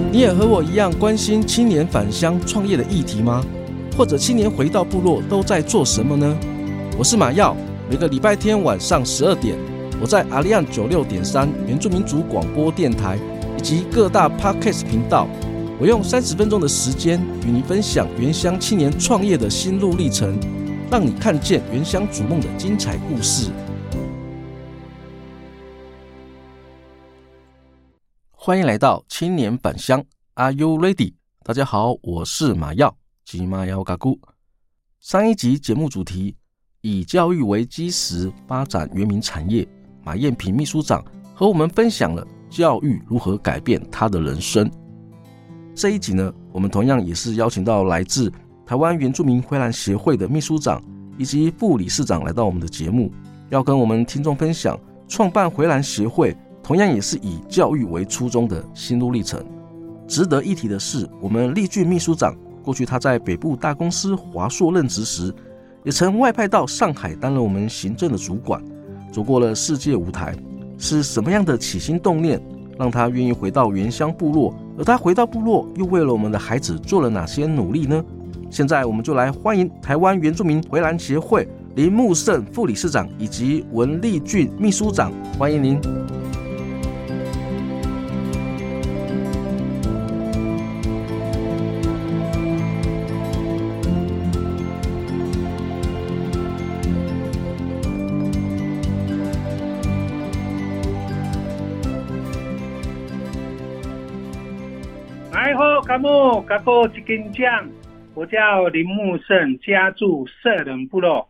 你也和我一样关心青年返乡创业的议题吗？或者青年回到部落都在做什么呢？我是马耀，每个礼拜天晚上12点，我在阿利安96.3原住民族广播电台以及各大 Podcast 频道，我用30分钟的时间与你分享原乡青年创业的心路历程，让你看见原乡逐梦的精彩故事。欢迎来到青年返乡 Are you ready？ 大家好，我是马耀及马耀嘎咕。上一集节目主题以教育为基石发展原民产业，马燕平秘书长和我们分享了教育如何改变他的人生。这一集呢，我们同样也是邀请到来自台湾原住民回兰协会的秘书长以及副理事长来到我们的节目，要跟我们听众分享创办回兰协会同样也是以教育为初衷的心路历程。值得一提的是，我们立俊秘书长过去他在北部大公司华硕任职时，也曾外派到上海担任我们行政的主管，走过了世界舞台。是什么样的起心动念让他愿意回到原乡部落？而他回到部落又为了我们的孩子做了哪些努力呢？现在我们就来欢迎台湾原住民回兰协会林木胜副理事长以及文立俊秘书长，欢迎您。 嘎布吉根酱，我叫林木胜，家住社人部落。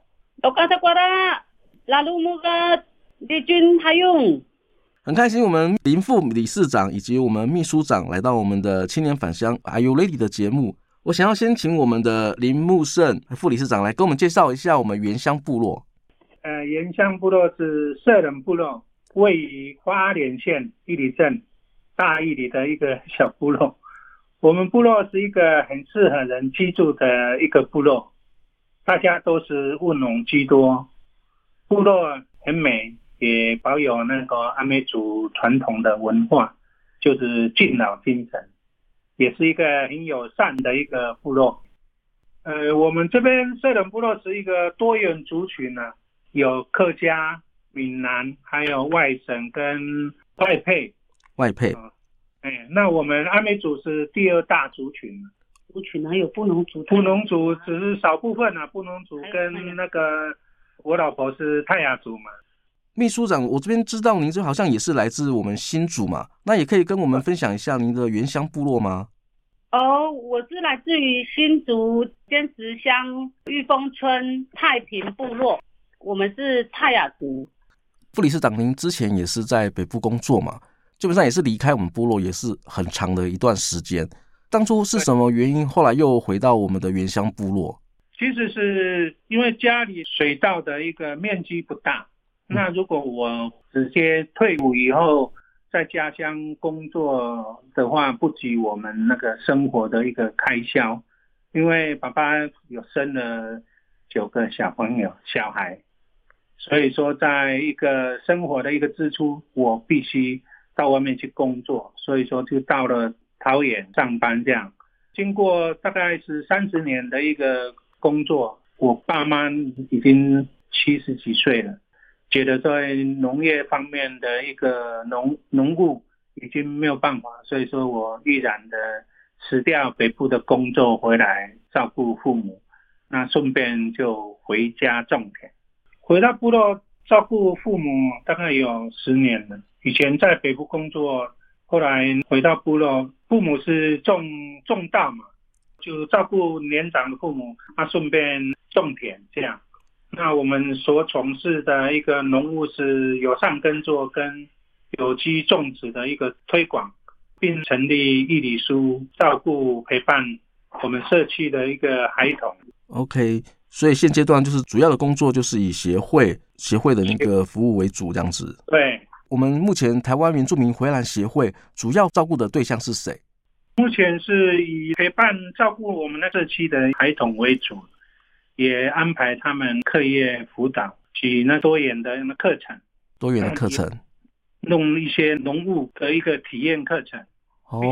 很开心，我们林副理事长以及我们秘书长来到我们的青年返乡 Are you ready 的节目。我想要先请我们的林木胜副理事长来跟我们介绍一下我们原乡部落。 原乡部落是社人部落，位于花莲县玉里镇大玉里的一个小部落。我们部落是一个很适合人居住的一个部落，大家都是务农居多，部落很美，也保有那个阿美族传统的文化，就是敬老精神，也是一个很友善的一个部落。我们这边社人部落是一个多元族群啊，有客家、闽南，还有外省跟外配。那我们阿美族是第二大族群还有布农族， 布农族只是少部分啊，布农族跟那个我老婆是泰雅族嘛。 秘书长，我这边知道您这好像也是来自我们新竹嘛，那也可以跟我们分享一下您的原乡部落吗？ 我是来自于新竹尖石乡玉峰村太平部落，我们是泰雅族。 副理事长，您之前也是在北部工作嘛？基本上也是离开我们部落也是很长的一段时间，当初是什么原因后来又回到我们的原乡部落？ 其实是因为家里水稻的一个面积不大，那如果我直接退伍以后在家乡工作的话，不及我们那个生活的一个开销，因为爸爸有生了9个小孩，所以说在一个生活的一个支出，我必须到外面去工作，所以说就到了桃园上班这样。经过大概是30年的一个工作，我爸妈已经70几岁了，觉得在农业方面的一个农务已经没有办法，所以说我毅然的辞掉北部的工作回来照顾父母，那顺便就回家种田。回到部落照顾父母大概有10年了。以前在北部工作，后来回到部落，父母是种稻嘛，就照顾年长的父母，顺便种田这样。那我们所从事的一个农务是友善耕作跟有机种植的一个推广，并成立义理书，照顾陪伴我们社区的一个孩童。 OK， 所以现阶段就是主要的工作就是以协会的那个服务为主这样子。 对。 我们目前台湾原住民回兰协会主要照顾的对象是谁？ 目前是以陪伴照顾我们那社区的孩童为主，也安排他们课业辅导及那多元的课程， 弄一些农务的一个体验课程，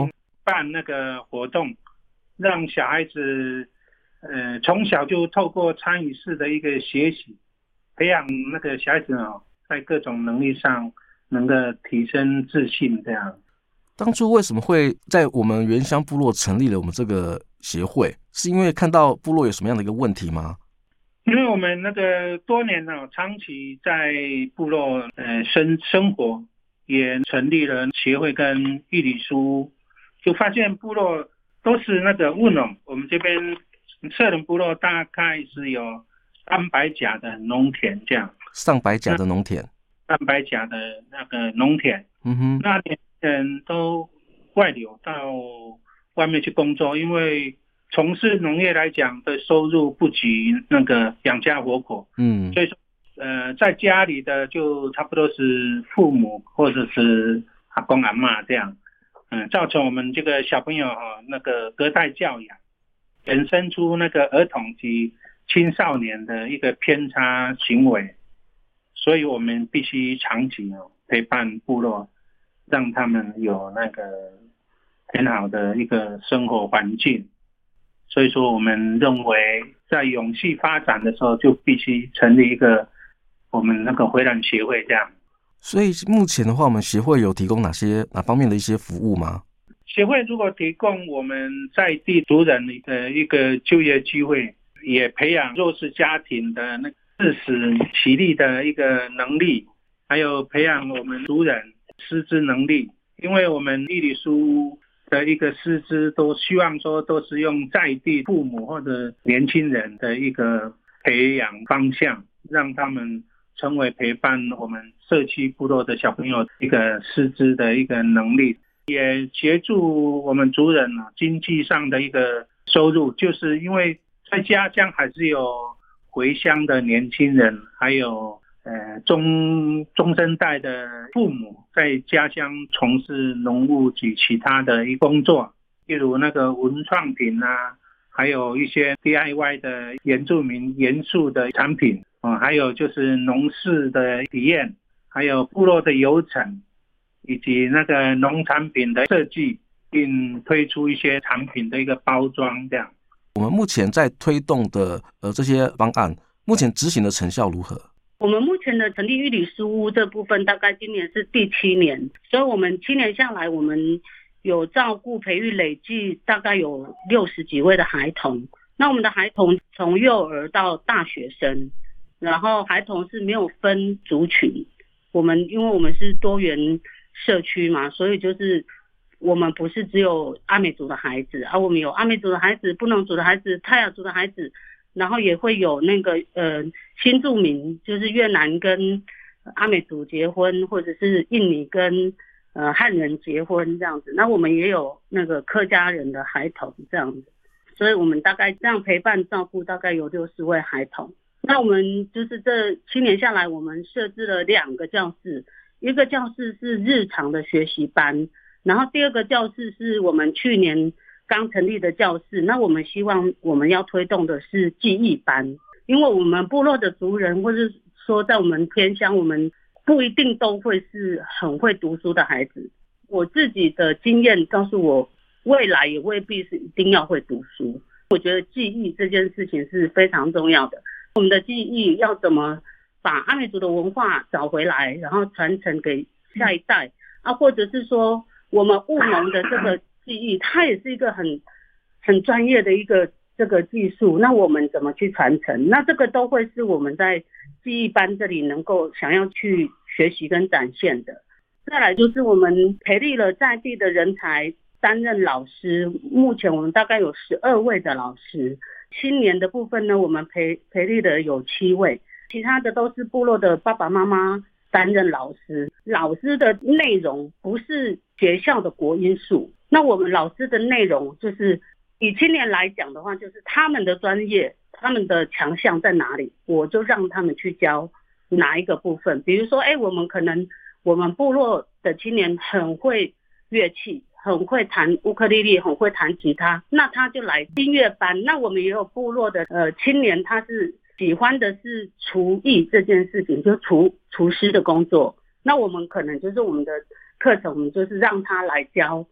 办那个活动，让小孩子从小就透过参与式的一个学习，培养那个小孩子在各种能力上能够提升自信这样。 当初为什么会在我们原乡部落成立了我们这个协会？是因为看到部落有什么样的一个问题吗？ 因为我们那个多年长期在部落生活，也成立了协会跟玉里书，就发现部落都是那个务农。我们这边社人部落大概是有300甲的农田这样， 上百甲的农田 ，300甲的那个农田，那年轻人都外流到外面去工作，因为从事农业来讲的收入不及那个养家活口，所以说在家里的就差不多是父母或者是阿公阿嬷这样，造成我们这个小朋友那个隔代教养，衍生出那个儿童及青少年的一个偏差行为，所以我们必须长期陪伴部落，让他们有那个很好的一个生活环境。所以说我们认为在永续发展的时候，就必须成立一个我们那个回染协会这样。 所以目前的话，我们协会有提供哪方面的一些服务吗？ 协会如果提供我们在地族人的一个就业机会，也培养弱势家庭的那自食其力的一个能力，还有培养我们族人师资能力。因为我们玉里书的一个师资都希望说都是用在地父母或者年轻人的一个培养方向，让他们成为陪伴我们社区部落的小朋友一个师资的一个能力，也协助我们族人经济上的一个收入。就是因为在家乡还是有回乡的年轻人，还有中生代的父母在家乡从事农务及其他的一工作，例如那个文创品还有一些 DIY 的原住民元素的产品，还有就是农事的体验，还有部落的游程，以及那个农产品的设计，并推出一些产品的一个包装这样。 我们目前在推动的这些方案，目前执行的成效如何？ 我们目前的成立玉里书屋这部分，大概今年是第7年，所以我们7年下来，我们有照顾培育累计大概有60几位的孩童。那我们的孩童从幼儿到大学生，然后孩童是没有分族群。因为我们是多元社区嘛，所以就是我们不是只有阿美族的孩子，我们有阿美族的孩子、布农族的孩子、泰雅族的孩子。然后也会有那个新住民，就是越南跟阿美族结婚，或者是印尼跟汉人结婚这样子。那我们也有那个客家人的孩童这样子，所以我们大概这样陪伴照顾大概有60位孩童。那我们就是这7年下来，我们设置了2个教室，一个教室是日常的学习班，然后第二个教室是我们去年刚成立的教室。那我们希望我们要推动的是记忆班，因为我们部落的族人，或是说在我们偏乡，我们不一定都会是很会读书的孩子。我自己的经验告诉我，未来也未必是一定要会读书。我觉得记忆这件事情是非常重要的。我们的记忆要怎么把阿美族的文化找回来，然后传承给下一代或者是说我们务农的这个记忆，它也是一个很专业的一个这个技术，那我们怎么去传承？那这个都会是我们在记忆班这里能够想要去学习跟展现的。再来就是我们培力了在地的人才担任老师，目前我们大概有12位的老师。青年的部分呢，我们培力的有7位，其他的都是部落的爸爸妈妈担任老师。老师的内容不是学校的国英数，那我们老师的内容就是以青年来讲的话，就是他们的专业，他们的强项在哪里，我就让他们去教哪一个部分。比如说我们部落的青年很会乐器，很会弹乌克丽丽，很会弹吉他，那他就来音乐班。那我们也有部落的青年，他是喜欢的是厨艺这件事情，就厨师的工作。那我们可能就是我们的课程，我们就是让他来教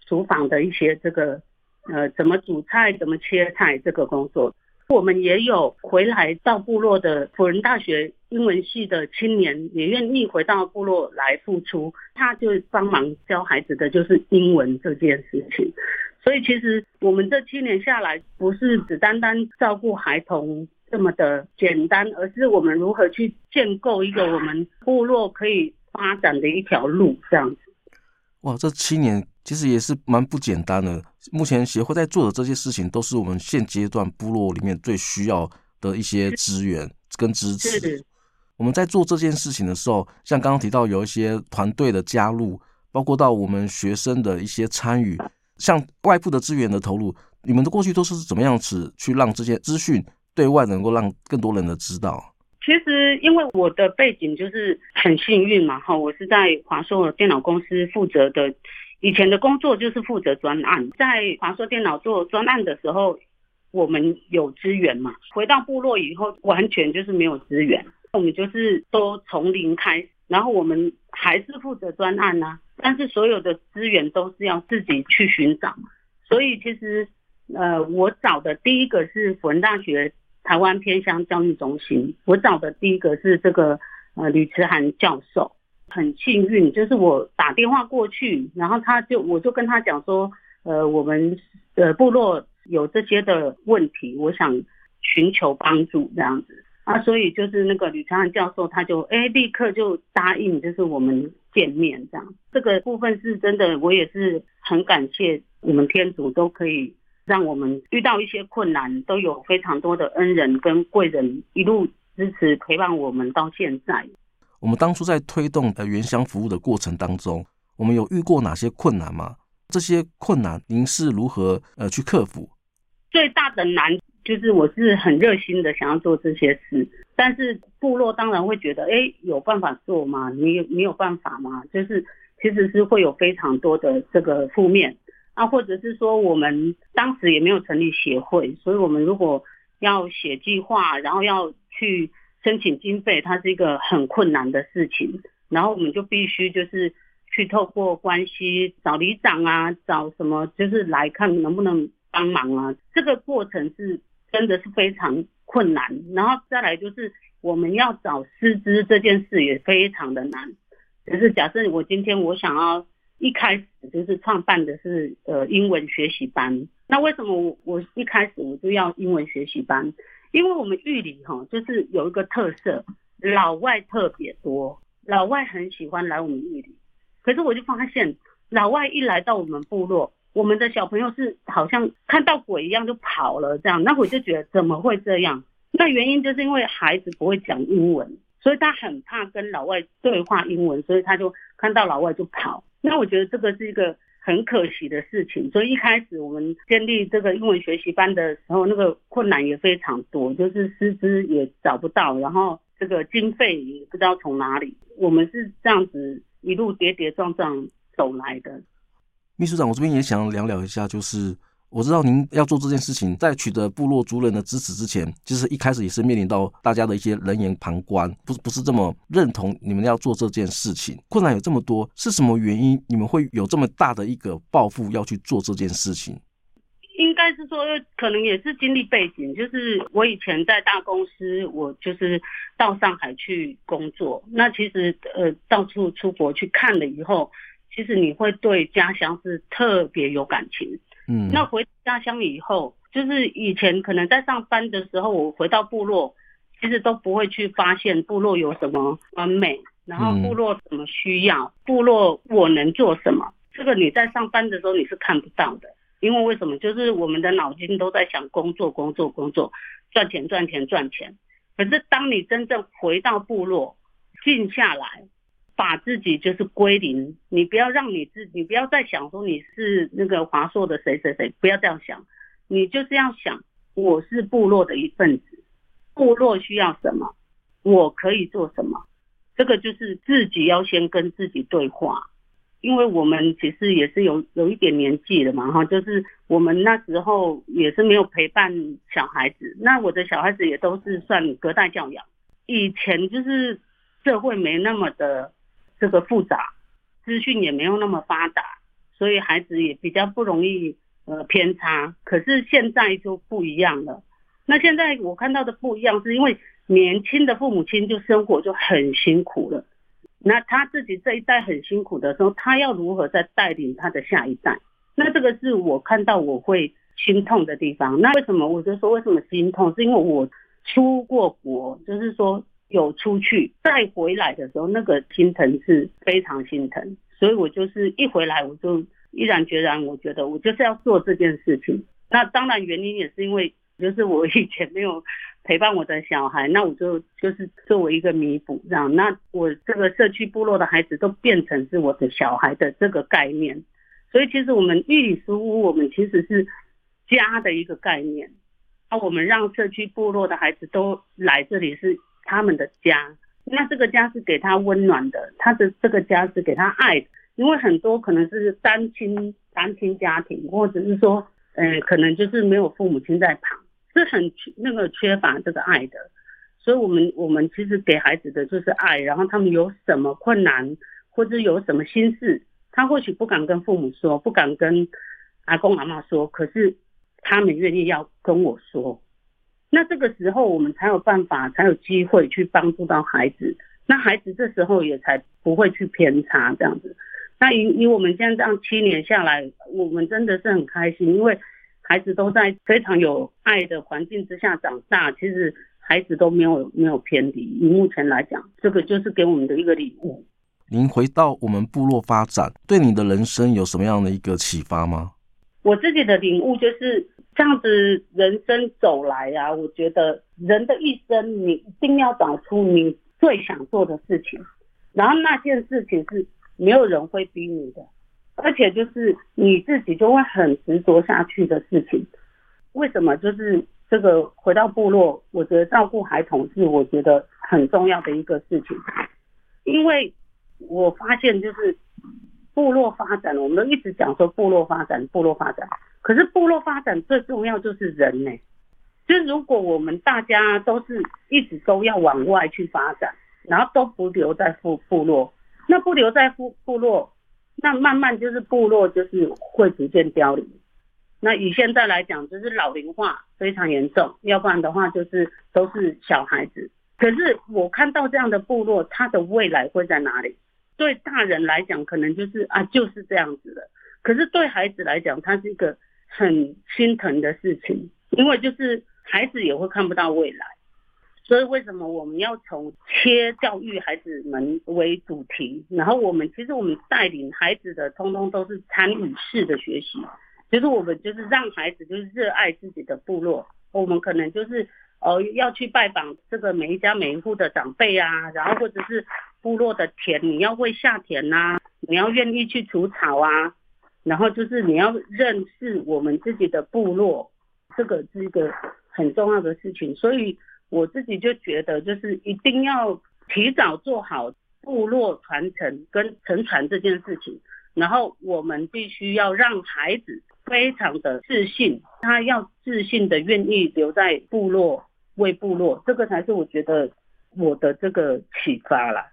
厨房的一些这个怎么煮菜、怎么切菜这个工作。我们也有回来到部落的辅仁大学英文系的青年，也愿意回到部落来付出，他就帮忙教孩子的就是英文这件事情。所以其实我们这7年下来，不是只单单照顾孩童这么的简单，而是我们如何去建构一个我们部落可以发展的一条路这样子。 哇，这7年其实也是蛮不简单的。目前协会在做的这些事情，都是我们现阶段部落里面最需要的一些资源跟支持。我们在做这件事情的时候，像刚刚提到有一些团队的加入，包括到我们学生的一些参与，像外部的资源的投入，你们的过去都是怎么样子去让这些资讯对外能够让更多人的知道？ 其实因为我的背景就是很幸运嘛，我是在华硕电脑公司负责的，以前的工作就是负责专案，在华硕电脑做专案的时候，我们有资源嘛，回到部落以后完全就是没有资源，我们就是都从零开始，然后我们还是负责专案啊，但是所有的资源都是要自己去寻找，所以其实我找的第一个是辅仁大学台湾偏乡教育中心，我找的第一个是这个吕慈涵教授。很幸运，就是我打电话过去，然后我就跟他讲说，我们部落有这些的问题，我想寻求帮助这样子啊，所以就是那个吕慈涵教授他就立刻就答应，就是我们见面这样。这个部分是真的，我也是很感谢我们天主都可以让我们遇到一些困难，都有非常多的恩人跟贵人一路支持陪伴我们到现在。 我们当初在推动原乡服务的过程当中，我们有遇过哪些困难吗？这些困难您是如何去克服？ 最大的难就是我是很热心的想要做这些事，但是部落当然会觉得有办法做吗？你有办法吗？就是其实是会有非常多的这个负面啊，或者是说我们当时也没有成立协会，所以我们如果要写计划，然后要去申请经费，它是一个很困难的事情，然后我们就必须就是去透过关系找里长啊，找什么就是来看能不能帮忙啊，这个过程是真的是非常困难，然后再来就是我们要找师资这件事也非常的难，就是假设我今天我想要一开始就是创办的是英文学习班，那为什么我一开始我就要英文学习班？因为我们玉里就是有一个特色，老外特别多，老外很喜欢来我们玉里，可是我就发现老外一来到我们部落，我们的小朋友是好像看到鬼一样就跑了这样，那我就觉得怎么会这样？那原因就是因为孩子不会讲英文，所以他很怕跟老外对话英文，所以他就看到老外就跑。那我觉得这个是一个很可惜的事情，所以一开始我们建立这个英文学习班的时候，那个困难也非常多，就是师资也找不到，然后这个经费也不知道从哪里，我们是这样子一路跌跌撞撞走来的。 秘书长，我这边也想聊聊一下，就是我知道您要做这件事情，在取得部落族人的支持之前，其实一开始也是面临到大家的一些人言旁观，不是这么认同你们要做这件事情，困难有这么多，是什么原因你们会有这么大的一个抱负要去做这件事情？ 应该是说可能也是经历背景，就是我以前在大公司，我就是到上海去工作，那其实到处出国去看了以后，其实你会对家乡是特别有感情。那回家乡以后，就是以前可能在上班的时候，我回到部落，其实都不会去发现部落有什么完美，然后部落什么需要，部落我能做什么，这个你在上班的时候你是看不到的。因为为什么？就是我们的脑筋都在想工作，赚钱。可是当你真正回到部落，静下来，把自己就是归零，你不要让你不要再想说你是那个华硕的谁，不要这样想，你就是要想我是部落的一份子，部落需要什么，我可以做什么，这个就是自己要先跟自己对话。因为我们其实也是有一点年纪了嘛，就是我们那时候也是没有陪伴小孩子，那我的小孩子也都是算隔代教养，以前就是社会没那么的这个复杂，资讯也没有那么发达， 所以孩子也比较不容易偏差。可是现在就不一样了。那现在我看到的不一样，是因为年轻的父母亲就生活就很辛苦了。那他自己这一代很辛苦的时候，他要如何再带领他的下一代？那这个是我看到我会心痛的地方。那为什么我就说为什么心痛？是因为我出过国，就是说有出去再回来的时候，那个心疼是非常心疼。所以我就是一回来我就毅然决然，我觉得我就是要做这件事情。那当然原因也是因为就是我以前没有陪伴我的小孩，那我就是作为一个弥补这样。那我这个社区部落的孩子都变成是我的小孩的这个概念。所以其实我们玉里书屋，我们其实是家的一个概念。我们让社区部落的孩子都来这里是他们的家。那这个家是给他温暖的，他的这个家是给他爱的。因为很多可能是单亲家庭，或者是说可能就是没有父母亲在旁，是很缺乏这个爱的。所以我们其实给孩子的就是爱，然后他们有什么困难或者有什么心事，他或许不敢跟父母说，不敢跟阿公阿嬷说，可是他们愿意要跟我说。那这个时候我们才有办法，才有机会去帮助到孩子。那孩子这时候也才不会去偏差这样子。那以我们现在这样7年下来，我们真的是很开心，因为孩子都在非常有爱的环境之下长大，其实孩子都没有偏离。以目前来讲，这个就是给我们的一个礼物。 您回到我们部落发展，对你的人生有什么样的一个启发吗？ 我自己的领悟就是这样子，人生走来啊，我觉得人的一生你一定要找出你最想做的事情，然后那件事情是没有人会逼你的，而且就是你自己就会很执着下去的事情。为什么？就是这个回到部落，我觉得照顾孩童是我觉得很重要的一个事情。因为我发现就是部落发展，我们都一直讲说部落发展，可是部落发展最重要就是人呢。就是如果我们大家都是一直都要往外去发展，然后都不留在部落，那不留在部落，那慢慢就是部落就是会逐渐凋零。那以现在来讲，就是老龄化非常严重，要不然的话就是都是小孩子。可是我看到这样的部落，它的未来会在哪里？对大人来讲可能就是就是这样子的，可是对孩子来讲，它是一个很心疼的事情，因为就是孩子也会看不到未来。所以为什么我们要从切教育孩子们为主题，然后其实我们带领孩子的通通都是参与式的学习，就是我们就是让孩子就是热爱自己的部落。我们可能就是要去拜访这个每一家每一户的长辈啊，然后或者是部落的田，你要会下田啊，你要愿意去除草啊，然后就是你要认识我们自己的部落，这个是一个很重要的事情。所以我自己就觉得就是一定要提早做好部落传承跟承传这件事情，然后我们必须要让孩子非常的自信，他要自信的愿意留在部落为部落，这个才是我觉得我的这个启发啦。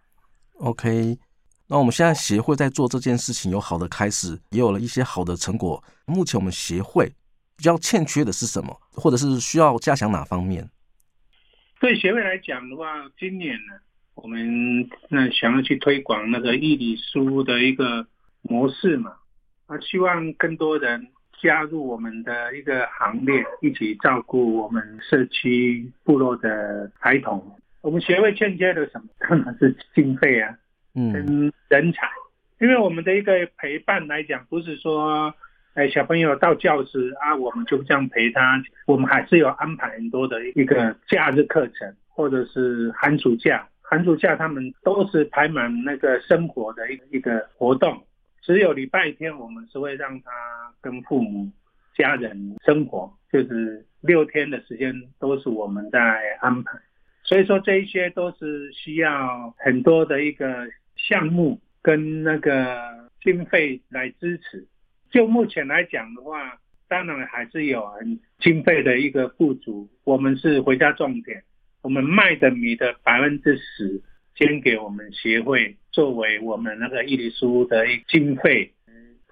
OK， 那我们现在协会在做这件事情有好的开始，也有了一些好的成果。目前我们协会比较欠缺的是什么，或者是需要加强哪方面？ 对协会来讲的话，今年呢，我们想要去推广那个义理书的一个模式嘛，希望更多人加入我们的一个行列，一起照顾我们社区部落的孩童。我们协会欠缺的什么？当然是经费啊，跟人才。因为我们的一个陪伴来讲，不是说小朋友到教室我们就这样陪他，我们还是有安排很多的一个假日课程，或者是寒暑假他们都是排满那个生活的一个活动。只有礼拜天我们是会让他跟父母家人生活，就是6天的时间都是我们在安排。所以说这一些都是需要很多的一个项目跟那个经费来支持。就目前来讲的话，当然还是有经费的一个不足。我们是回家种田，我们卖的米的10%捐给我们协会，作为我们那个义理书屋的经费。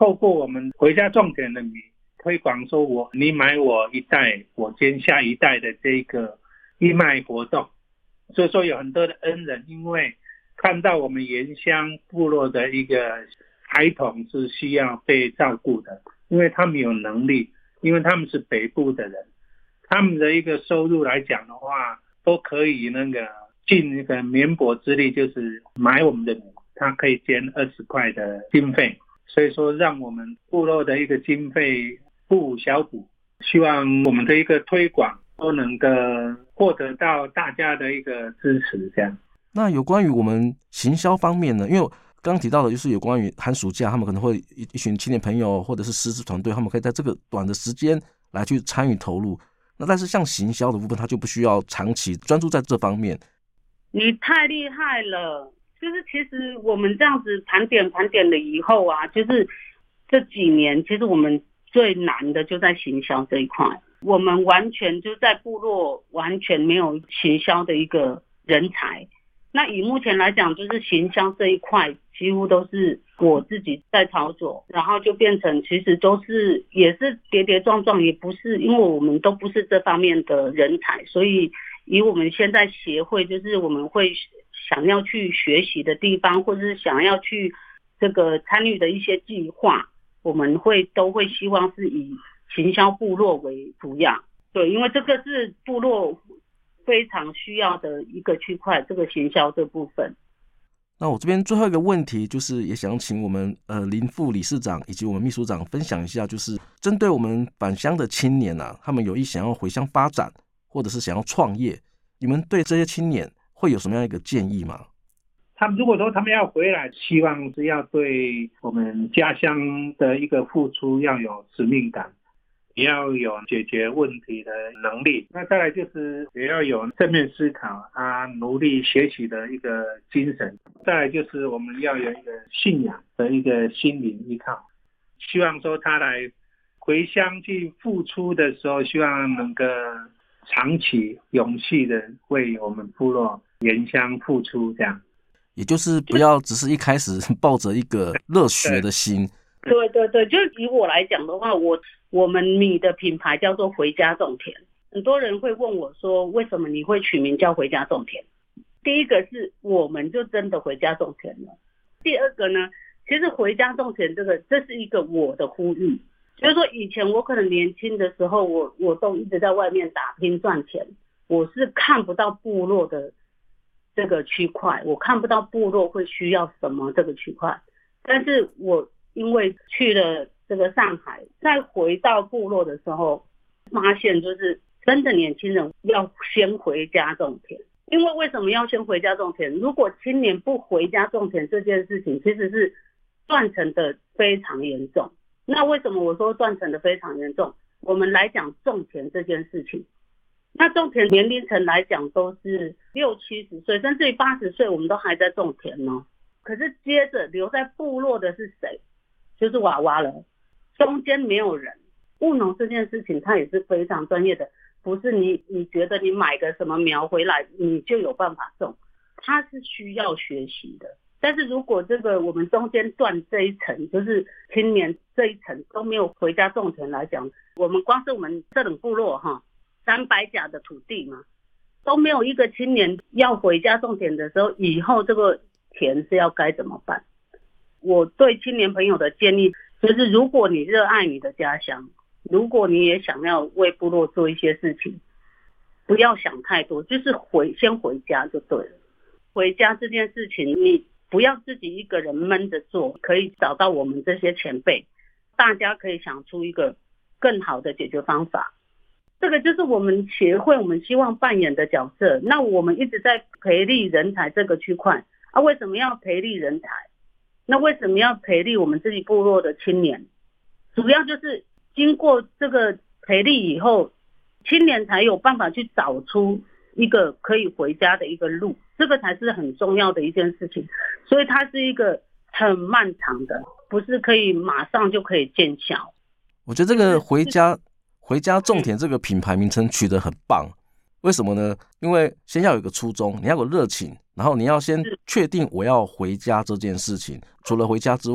透过我们回家种田的米推广说你买我一袋，我捐下一代的这个义卖活动。所以说有很多的恩人因为看到我们原乡部落的一个孩童是需要被照顾的，因为他们有能力，因为他们是北部的人，他们的一个收入来讲的话都可以尽那个绵薄之力，就是买我们的米，他可以捐20块的经费。所以说让我们部落的一个经费不无小补，希望我们的一个推广都能够获得到大家的一个支持。这样。 那有关于我们行销方面呢？因为刚刚提到的就是有关于寒暑假，他们可能会一群青年朋友或者是师资团队，他们可以在这个短的时间来去参与投入。那但是像行销的部分，他就不需要长期专注在这方面。 你太厉害了，就是其实我们这样子盘点了以后啊，就是这几年其实我们最难的就在行销这一块，我们完全就在部落完全没有行销的一个人才。那以目前来讲，就是行销这一块几乎都是我自己在操作，然后就变成其实都是也是跌跌撞撞，也不是因为我们都不是这方面的人才，所以以我们现在协会就是我们会想要去学习的地方，或者是想要去这个参与的一些计划，我们都会希望是以行销部落为主要。对，因为这个是部落非常需要的一个区块，这个行销这部分。 那我这边最后一个问题就是也想请我们林副理事长以及我们秘书长分享一下，就是针对我们返乡的青年啊，他们有意想要回乡发展或者是想要创业，你们对这些青年会有什么样一个建议吗？ 他们如果说他们要回来，希望是要对我们家乡的一个付出要有使命感，也要有解决问题的能力。那再来就是也要有正面思考努力学习的一个精神。再来就是我们要有一个信仰的一个心灵依靠。希望说他来回乡去付出的时候，希望能够长期永续的为我们部落原乡付出，这样。 也就是不要只是一开始抱着一个热血的心。 对对对，就以我来讲的话，我们米的品牌叫做回家种田。很多人会问我说，为什么你会取名叫回家种田？第一个是我们就真的回家种田了。第二个呢，其实回家种田这是一个我的呼吁，就是说以前我可能年轻的时候，我都一直在外面打拼赚钱，我是看不到部落的这个区块，我看不到部落会需要什么这个区块。但是我因为去了这个上海，再回到部落的时候，发现就是真的年轻人要先回家种田。因为为什么要先回家种田？如果青年不回家种田这件事情，其实是断层的非常严重。那为什么我说断层的非常严重？我们来讲种田这件事情，那种田年龄层来讲都是60、70岁，甚至于80岁，我们都还在种田呢。可是接着留在部落的是谁？就是娃娃了，中间没有人。务农这件事情它也是非常专业的，不是你觉得你买个什么苗回来你就有办法种，它是需要学习的。但是如果这个我们中间断这一层，就是青年这一层都没有回家种田来讲，我们光是我们这种部落300甲的土地嘛，都没有一个青年要回家种田的时候，以后这个田是要该怎么办？我对青年朋友的建议就是，如果你热爱你的家乡，如果你也想要为部落做一些事情，不要想太多，就是先回家就对了。回家这件事情你不要自己一个人闷着做，可以找到我们这些前辈，大家可以想出一个更好的解决方法。这个就是我们协会我们希望扮演的角色。那我们一直在培力人才这个区块为什么要培力人才？那为什么要培力我们自己部落的青年？主要就是经过这个培力以后，青年才有办法去找出一个可以回家的一个路，这个才是很重要的一件事情。所以它是一个很漫长的，不是可以马上就可以见效。 我觉得这个回家种田这个品牌名称取得很棒。为什么呢？因为先要有一个初衷，你要有热情，然后你要先确定我要回家这件事情。除了回家之外，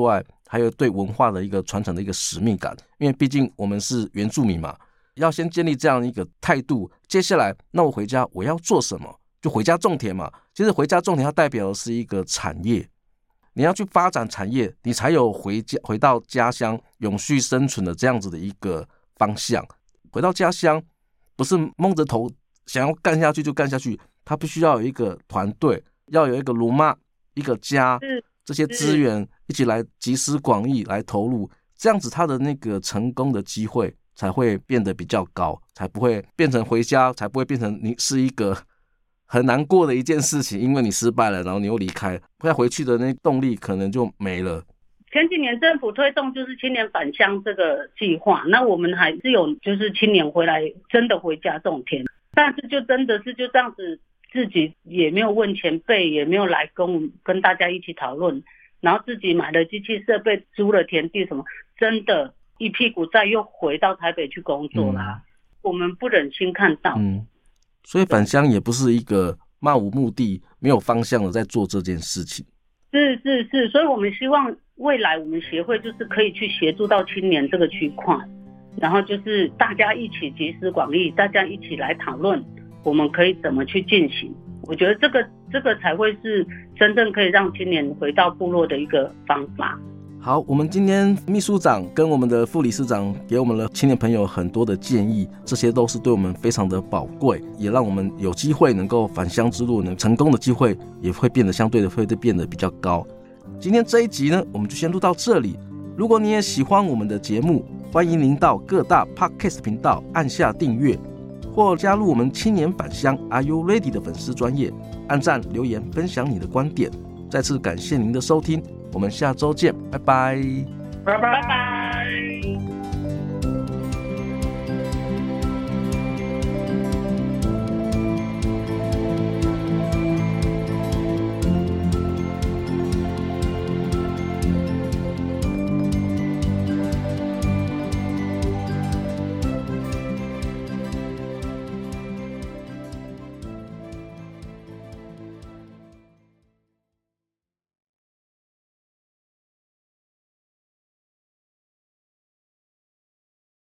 还有对文化的一个传承的一个使命感，因为毕竟我们是原住民嘛，要先建立这样一个态度。接下来，那我回家我要做什么？就回家种田嘛。其实回家种田它代表的是一个产业，你要去发展产业，你才有回到家乡永续生存的这样子的一个方向。回到家乡不是蒙着头想要干下去就干下去，它必须要有一个团队，要有一个鲁妈，一个家，这些资源一起来集思广益来投入，这样子它的那个成功的机会才会变得比较高，才不会变成回家，才不会变成你是一个很难过的一件事情，因为你失败了，然后你又离开，再回去的那动力可能就没了。 前几年政府推动就是青年返乡这个计划，那我们还是有就是青年回来真的回家种田，但是就真的是就这样子，自己也没有问前辈，也没有来跟大家一起讨论，然后自己买了机器设备，租了田地什么，真的一屁股债又回到台北去工作啦。我们不忍心看到。 所以返乡也不是一个漫无目的、没有方向的在做这件事情。 是，所以我们希望未来我们协会就是可以去协助到青年这个区块，然后就是大家一起集思广益，大家一起来讨论我们可以怎么去进行。我觉得这个才会是真正可以让青年回到部落的一个方法。 好，我们今天秘书长跟我们的副理事长给我们的青年朋友很多的建议，这些都是对我们非常的宝贵，也让我们有机会能够返乡之路能成功的机会也会变得相对的会变得比较高。今天这一集呢，我们就先录到这里。如果你也喜欢我们的节目，欢迎您到各大 Podcast 频道按下订阅，或加入我们青年返乡 Are You Ready 的粉丝专页，按赞留言分享你的观点。再次感谢您的收听，我们下周见，拜拜， 拜拜。